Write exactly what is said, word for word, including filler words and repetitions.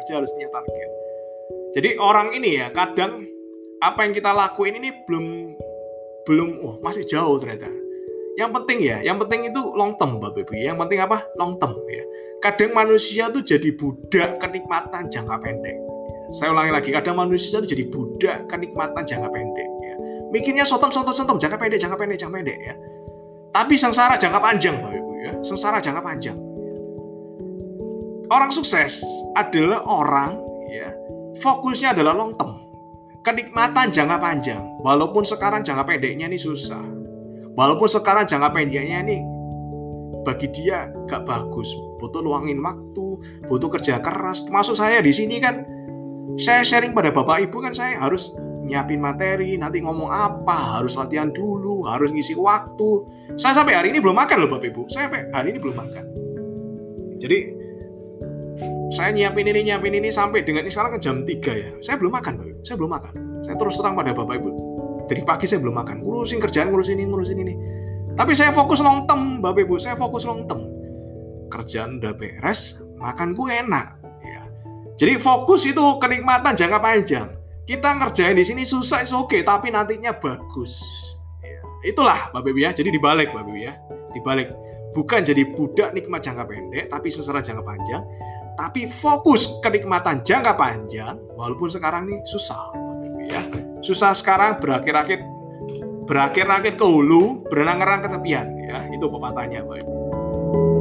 kerja, harus punya target. Jadi orang ini ya kadang apa yang kita lakuin ini belum belum oh, masih jauh ternyata. Yang penting ya, yang penting itu long term Bapak Ibu. Yang penting apa? Long term ya. Kadang manusia tuh jadi budak kenikmatan jangka pendek. Saya ulangi lagi, kadang manusia tuh jadi budak kenikmatan jangka pendek ya. Mikirnya sotom-sotom-sotom jangka pendek, jangka pendek, jangka pendek ya. Tapi sengsara jangka panjang Bapak Ibu ya. Sengsara jangka panjang. Orang sukses adalah orang ya, fokusnya adalah long term. Kenikmatan jangka panjang. Walaupun sekarang jangka pendeknya ini susah. Walaupun sekarang jangka pendeknya ini bagi dia gak bagus. Butuh luangin waktu, butuh kerja keras. Termasuk saya di sini kan, saya sharing pada Bapak Ibu kan saya harus nyiapin materi, nanti ngomong apa, harus latihan dulu, harus ngisi waktu. Saya sampai hari ini belum makan loh Bapak Ibu. Saya sampai hari ini belum makan. Jadi saya nyiapin ini, nyiapin ini sampai dengan ini sekarang ke jam tiga ya. Saya belum makan Bapak Ibu. Saya belum makan. Saya terus terang pada Bapak Ibu. Dari pagi saya belum makan. Ngurusin kerjaan, ngurusin ini, ngurusin ini. Tapi saya fokus long term Bapak Ibu. Saya fokus long term. Kerjaan udah beres, makanku enak. Ya. Jadi fokus itu kenikmatan jangka panjang. Kita ngerjain di sini susah, oke, okay, tapi nantinya bagus. Ya. Itulah Bapak Ibu ya. Jadi dibalik Bapak Ibu ya. Dibalik. Bukan jadi budak nikmat jangka pendek, tapi sengsara jangka panjang. Tapi fokus kenikmatan jangka panjang, walaupun sekarang ini susah, ya. Susah sekarang berakhir-akhir berakhir-akhir ke hulu, berenang-renang ke tepian, ya. Itu pepatahnya, Bapak.